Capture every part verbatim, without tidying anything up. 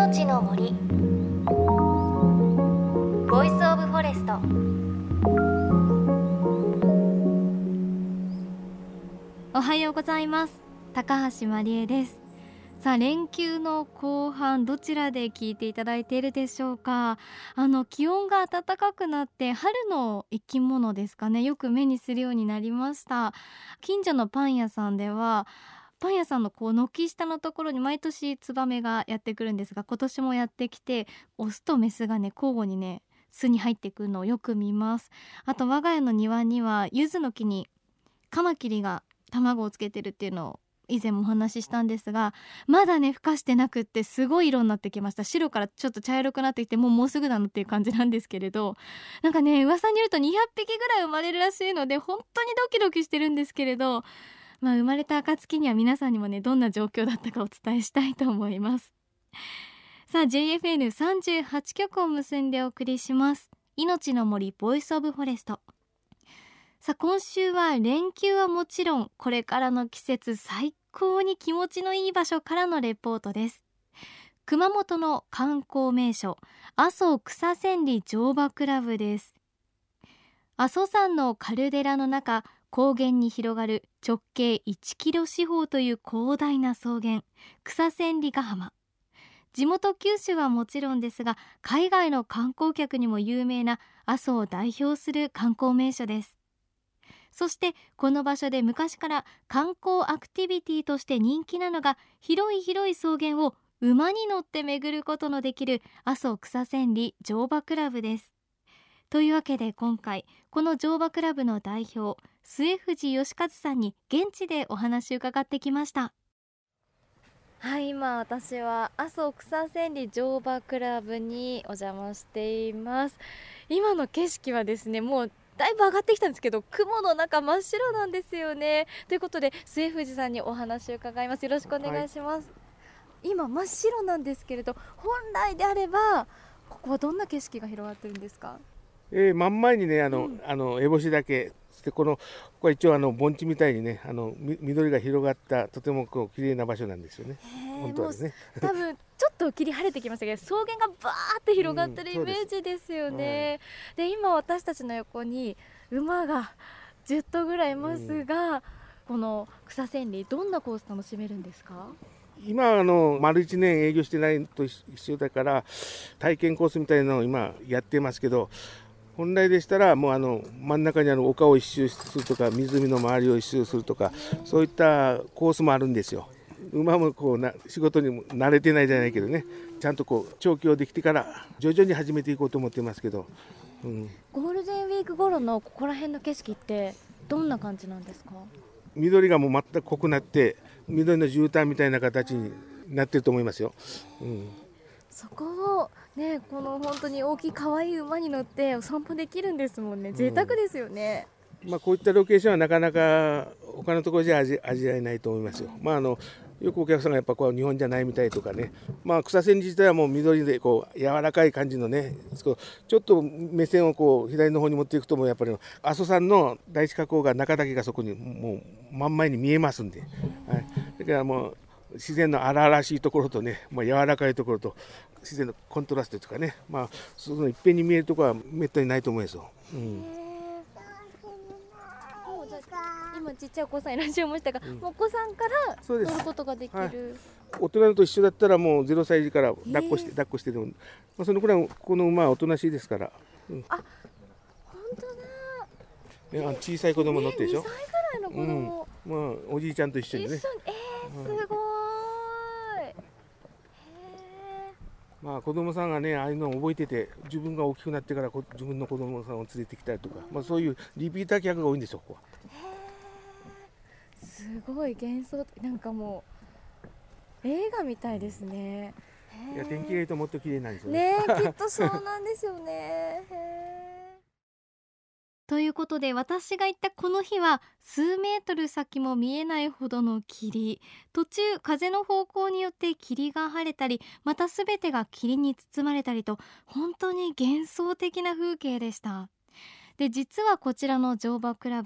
命の森ボイスオブフォレスト。 おはようございます。高橋真理恵です。さあ、連休の後半、どちらで聞いていただいているでしょうか。あの気温が暖かくなって春の生き物ですかね、よく目にするようになりました。近所のパン屋さんではパン屋さんのこう軒下のところに毎年ツバメがやってくるんですが、今年もやってきてオスとメスがね交互にね巣に入ってくるのをよく見ます。あと我が家の庭には柚子の木にカマキリが卵をつけてるっていうのを以前もお話ししたんですが、まだね孵化してなくってすごい色になってきました。白からちょっと茶色くなってきてもうもうすぐなのっていう感じなんですけれど、なんかね噂によるとにひゃっぴきぐらい生まれるらしいので本当にドキドキしてるんですけれど、まあ生まれた暁には皆さんにもねどんな状況だったかお伝えしたいと思います。さあ ジェイエフエヌさんじゅうはち 局を結んでお送りします命の森ボイスオブフォレスト。さあ今週は連休はもちろんこれからの季節最高に気持ちのいい場所からのレポートです。熊本の観光名所阿蘇草千里乗馬クラブです。阿蘇山のカルデラの中、高原に広がる直径いちキロ四方という広大な草原、草千里ヶ浜。地元九州はもちろんですが、海外の観光客にも有名な阿蘇を代表する観光名所です。そしてこの場所で昔から観光アクティビティとして人気なのが、広い広い草原を馬に乗って巡ることのできる阿蘇草千里乗馬クラブです。というわけで今回この乗馬クラブの代表末藤義和さんに現地でお話を伺ってきました。はい、今私は阿蘇草千里乗馬クラブにお邪魔しています。今の景色はですね、もうだいぶ上がってきたんですけど、雲の中真っ白なんですよね。ということで末藤さんにお話を伺います。よろしくお願いします。はい、今真っ白なんですけれど、本来であればここはどんな景色が広がってるんですか？ えー、真ん前にねあの、 うん、 あの烏帽子岳で、このここは一応あの盆地みたいにねあのみ緑が広がったとてもこう綺麗な場所なんですよね。本当はですね。 多分ちょっと霧晴れてきましたけど草原がバーって広がってるイメージですよね。うん、で, で今私たちの横に馬がじゅっとうぐらいいますが、うん、この草千里どんなコース楽しめるんですか？ 今あの丸いちねん営業してないと一緒だから体験コースみたいなのを今やってますけど、本来でしたらもうあの真ん中にあの丘を一周するとか湖の周りを一周するとか、そういったコースもあるんですよ。馬もこうな仕事にも慣れてないじゃないけどね、ちゃんとこう調教できてから徐々に始めていこうと思ってますけど、 うん、ゴールデンウィーク頃のここら辺の景色ってどんな感じなんですか？ 緑がもう全く濃くなって緑の絨毯みたいな形になってると思いますよ。うん、 そこをね、この本当に大きい可愛い馬に乗ってお散歩できるんですもんね。贅沢ですよね。 うん、まあ、こういったロケーションはなかなか他のところじゃ 味, 味わえないと思いますよ。まあ、あのよくお客さんがやっぱこう日本じゃないみたいとかね、まあ、草千里自体はもう緑でこう柔らかい感じのね、ちょっと目線をこう左の方に持っていくともうやっぱり阿蘇山の第一火口が中岳がそこにもう真ん前に見えますんで、はい、だからもう自然の荒々しいところとね、まあ、柔らかいところと自然のコントラストというかね、まあ、そのいっぺんに見えるところはめったにないと思いますよ。うん、 今ちっちゃいお子さんいらっしゃいましたが、うん、お子さんから乗ることができる、はい、 大人と一緒だったらもうゼロさい児から抱っこして抱っこしてでも、まあ、そのくらいこの馬はおとなしいですから、うん、 あ、本当だ、 ね、あ小さい子供乗ってでしょ、 ね、にさいぐらいの子供、 うん、まあ、おじいちゃんと一緒にね、 一緒に、えー、すごい、 うん、まあ、子供さんがねああいうのを覚えてて自分が大きくなってから自分の子供さんを連れてきたりとか、まあ、そういうリピーター客が多いんですよここは。 すごい幻想、なんかもう映画みたいですね。 いや天気がいいともっと綺麗なんですよね。 ねきっとそうなんですよね。へということで私が行ったこの日は数メートル先も見えないほどの霧、途中風の方向によって霧が晴れたりまた全てが霧に包まれたりと本当に幻想的な風景でした。で実はこちらの乗馬クラブ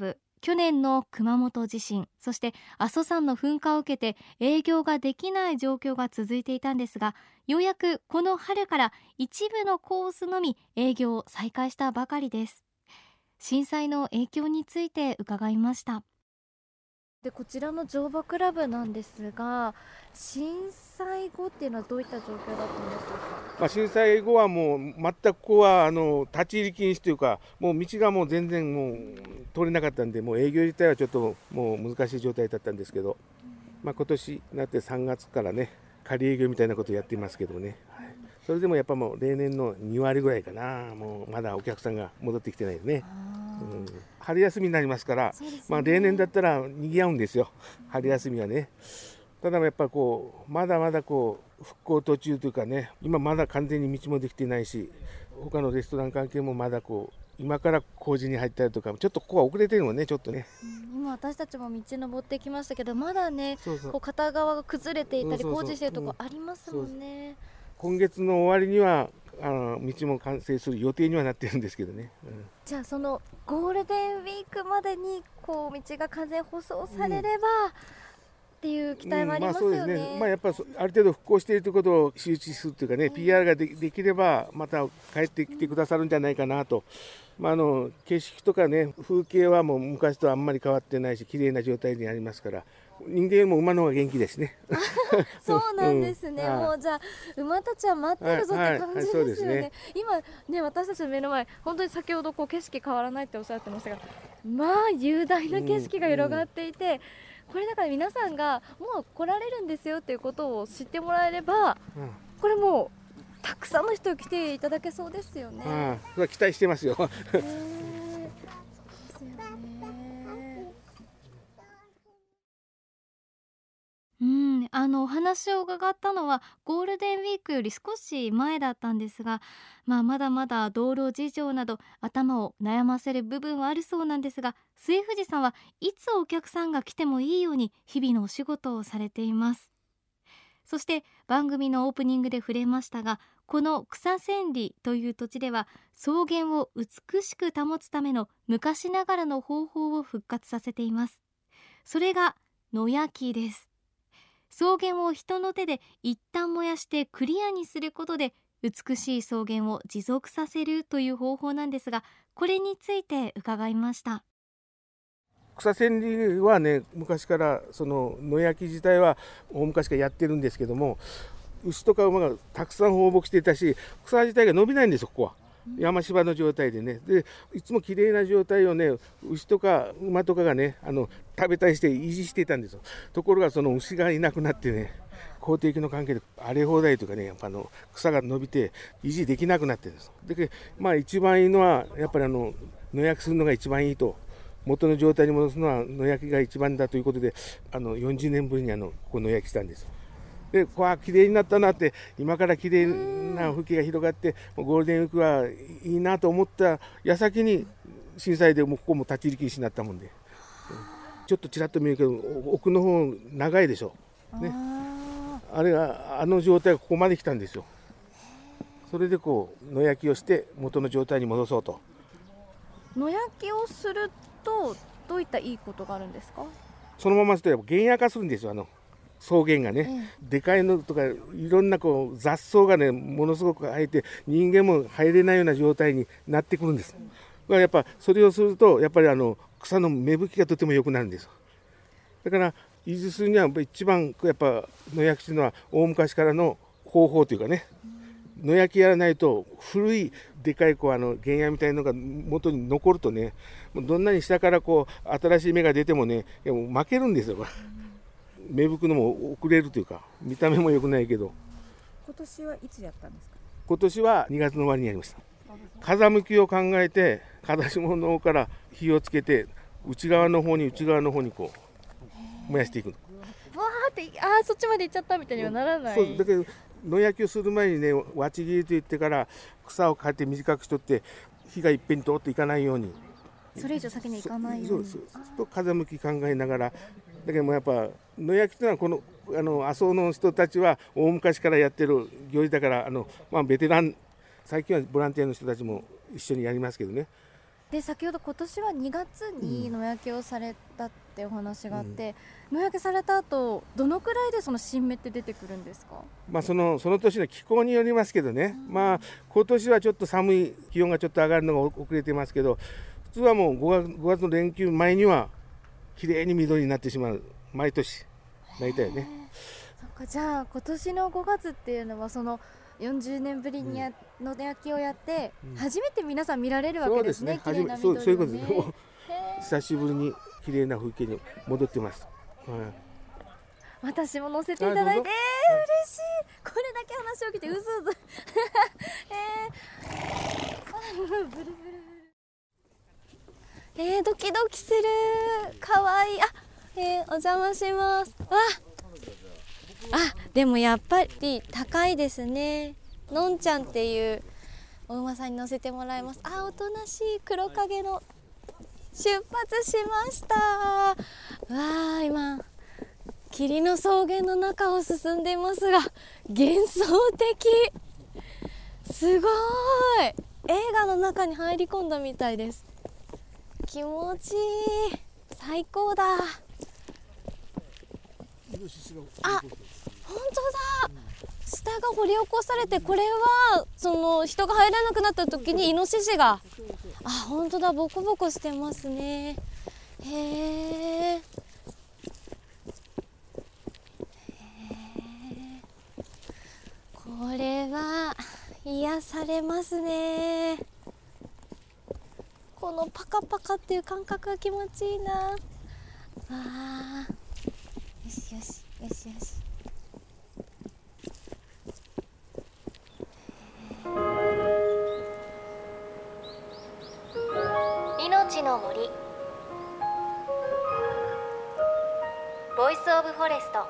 去年の熊本地震、そして阿蘇山の噴火を受けて営業ができない状況が続いていたんですが、ようやくこの春から一部のコースのみ営業を再開したばかりです。震災の影響について伺いました。でこちらの乗馬クラブなんですが、震災後っていうのはどういった状況だったんでしょうか。 まあ、震災後はもう全くここはあの立ち入り禁止というか、もう道がもう全然もう通れなかったんで、もう営業自体はちょっともう難しい状態だったんですけど、まあ、今年になってさんがつからね仮営業みたいなことをやっていますけどね、はい、それでもやっぱもう例年のにわりぐらいかな、もうまだお客さんが戻ってきてないですね。うん、春休みになりますから、ね、まあ、例年だったら賑わうんですよ、春休みはね。ただやっぱこうまだまだこう復興途中というかね、今まだ完全に道もできてないし、他のレストラン関係もまだこう今から工事に入ったりとか、ちょっとここは遅れてるのね、ちょっとね、 うん、今私たちも道登ってきましたけど、まだね、 そうそう、 こう片側が崩れていたりそうそうそう、 工事してるとこありますもんね。 今月の終わりにはあの道も完成する予定にはなってるんですけどね、うん、 じゃあそのゴールデンウィークまでにこう道が完全舗装されれば、うん、っていう期待はありますよね。 うん、まあそうですね、まあ、やっぱある程度復興しているということを周知するというかね、うん、ピーアール が で, できればまた帰ってきてくださるんじゃないかなと、まあ、あの景色とかね風景はもう昔とあんまり変わってないし綺麗な状態にありますから、人間も馬の方が元気ですね。 そうなんですね、うん、もうじゃあ馬たちは待ってるぞって感じですよね、はいはいはい、ね、今ね私たちの目の前、本当に先ほどこう景色変わらないっておっしゃってましたが、まあ雄大な景色が広がっていて、うんうん、これだから皆さんがもう来られるんですよっていうことを知ってもらえれば、うん、これもうたくさんの人来ていただけそうですよね。 ああ、それは期待してますよ。 えーうん、あのお話を伺ったのはゴールデンウィークより少し前だったんですが、まあ、まだまだ道路事情など頭を悩ませる部分はあるそうなんですが、末藤さんはいつお客さんが来てもいいように日々のお仕事をされています。そして番組のオープニングで触れましたが、この草千里という土地では草原を美しく保つための昔ながらの方法を復活させています。それが野焼きです。草原を人の手で一旦燃やしてクリアにすることで美しい草原を持続させるという方法なんですが、これについて伺いました。 草千里はね、昔からその野焼き自体は大昔からやってるんですけども、牛とか馬がたくさん放牧していたし、草自体が伸びないんですよ。ここは山芝の状態でね、でいつも綺麗な状態をね牛とか馬とかがねあの食べたりして維持していたんですよ。ところがその牛がいなくなってね、公的の関係で荒れ放題とかね、やっぱあの草が伸びて維持できなくなってるんです。でまあ一番いいのはやっぱりあの野焼きするのが一番いいと、元の状態に戻すのは野焼きが一番だということで、あのよんじゅうねんぶりにあのここ野焼きしたんです。でこわ綺麗になったなって、今から綺麗な風景が広がってゴールデンウィークはいいなと思った矢先に震災でもうここも立ち入り禁止になったもんで、ちょっとちらっと見るけど奥の方長いでしょ、ね、あれがあの状態がここまで来たんですよ。それでこう野焼きをして元の状態に戻そうと。 野焼きをするとどういったいいことがあるんですか？ そのまま捨てれば原野化するんですよ。あの草原がね、ええ、でかいのとかいろんなこう雑草がねものすごく生えて人間も入れないような状態になってくるんです。だからやっぱそれをするとやっぱりあの草の芽吹きがとても良くなるんです。だから維持するには一番やっぱ野焼きというのは大昔からの方法というかね、野焼きやらないと古いでかいこうあの原野みたいなのが元に残るとね、どんなに下からこう新しい芽が出てもねいやもう負けるんですよ。これ芽吹くのも遅れるというか見た目も良くないけど。 今年はいつやったんですか？ 今年はにがつの終わりにやりました。風向きを考えて風下の方から火をつけて内側の方に内側の方にこう燃やしていくの。 わーってあーそっちまで行っちゃったみたいにはならない。 そうだけど野焼きをする前にねわち切りといってから草を刈って短くしとって火がいっぺんに通っていかないように、 それ以上先に行かないように。 そうそうそうと風向き考えながら。だけどもやっぱ野焼きというのはこのあの阿蘇の人たちは大昔からやってる行事だから、あの、まあ、ベテラン最近はボランティアの人たちも一緒にやりますけどね、 で先ほど今年はにがつに野焼けをされたってお話があって、うん、野焼けされた後どのくらいでその新芽って出てくるんですか？ まあ、そのその年の気候によりますけどね、うん、まあ今年はちょっと寒い、気温がちょっと上がるのが遅れてますけど、普通はもうごがつ、ごがつの連休前にはきれいに緑になってしまう、毎年大体ね。 そっか、じゃあ今年のごがつっていうのはそのよんじゅうねんぶりにや、うん、野焼きをやって初めて皆さん見られるわけですね。 そうですね、 綺麗な緑をね。 そう、そういうことです。久しぶりに綺麗な風景に戻ってます。はい、 私も乗せていただいて、えー、嬉しい。これだけ話を聞いてうずうずえー、ブルブルブルえー、ドキドキする。かわいい。あ、えー、お邪魔します。わあ、でもやっぱり高いですね。のんちゃんっていうお馬さんに乗せてもらいます。あ、おとなしい黒影の出発しました。わあ、今霧の草原の中を進んでいますが、幻想的。すごい。映画の中に入り込んだみたいです。気持ちいい。最高だ。あ、本当だ。下が掘り起こされて、これはその人が入らなくなった時にイノシシが、あ、本当だ、ボコボコしてますね。へー。これは癒されますね。このパカパカっていう感覚が気持ちいいな。あー、よしよしよしよし。 命の森ボイスオブフォレスト。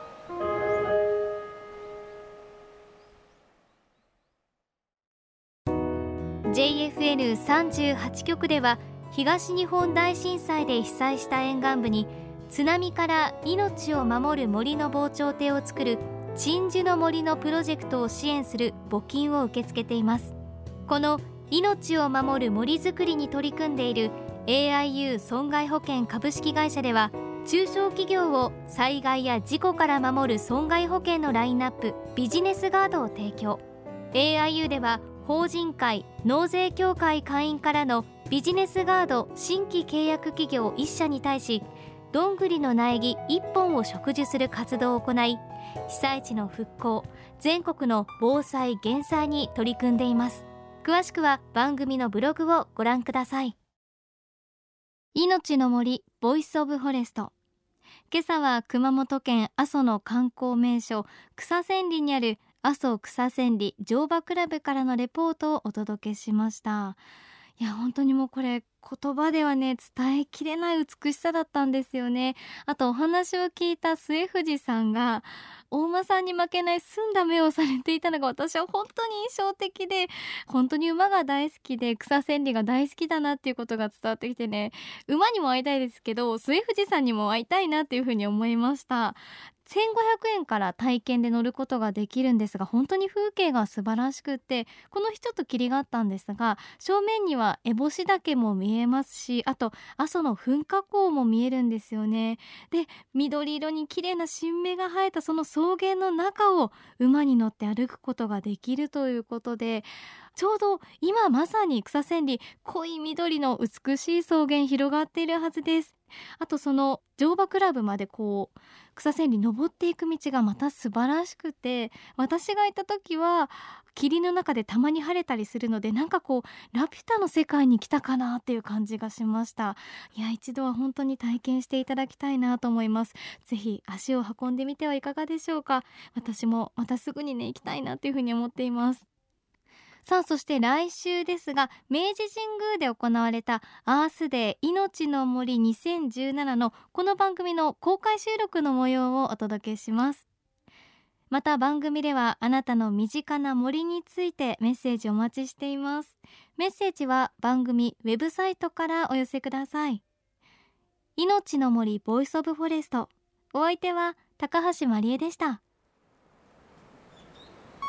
ジェイエフエヌさんじゅうはち 局では東日本大震災で被災した沿岸部に津波から命を守る森の防潮堤を作る鎮守の森のプロジェクトを支援する募金を受け付けています。この命を守る森づくりに取り組んでいる エーアイユー 損害保険株式会社では、中小企業を災害や事故から守る損害保険のラインナップビジネスガードを提供。 エーアイユー では法人会納税協会会員からのビジネスガード新規契約企業いっ社に対し、どんぐりの苗木いっぽんを植樹する活動を行い、被災地の復興、全国の防災減災に取り組んでいます。詳しくは番組のブログをご覧ください。命の森ボイスオブフォレスト。今朝は熊本県阿蘇の観光名所草千里にある阿蘇草千里乗馬クラブからのレポートをお届けしました。いや本当にもうこれ言葉ではね伝えきれない美しさだったんですよね。あとお話を聞いた末藤さんが大馬さんに負けない澄んだ目をされていたのが私は本当に印象的で、本当に馬が大好きで草千里が大好きだなっていうことが伝わってきてね、馬にも会いたいですけど末藤さんにも会いたいなっていうふうに思いました。せんごひゃくえんから体験で乗ることができるんですが、本当に風景が素晴らしくって、この日ちょっと霧があったんですが正面には烏帽子岳も見えますし、あと阿蘇の噴火口も見えるんですよね。で緑色に綺麗な新芽が生えたその草原の中を馬に乗って歩くことができるということで、ちょうど今まさに草千里濃い緑の美しい草原広がっているはずです。あとその乗馬クラブまでこう草千里登っていく道がまた素晴らしくて、私がいた時は霧の中でたまに晴れたりするので、なんかこうラピュタの世界に来たかなっていう感じがしました。いや一度は本当に体験していただきたいなと思います。ぜひ足を運んでみてはいかがでしょうか。私もまたすぐにね行きたいなというふうに思っています。さあそして来週ですが、明治神宮で行われたアースデー命の森にせんじゅうななのこの番組の公開収録の模様をお届けします。また番組ではあなたの身近な森についてメッセージお待ちしています。メッセージは番組ウェブサイトからお寄せください。命の森ボイスオブフォレスト、お相手は高橋まりえでした。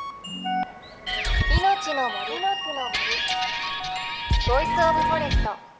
命の森ボイスオブフォレスト。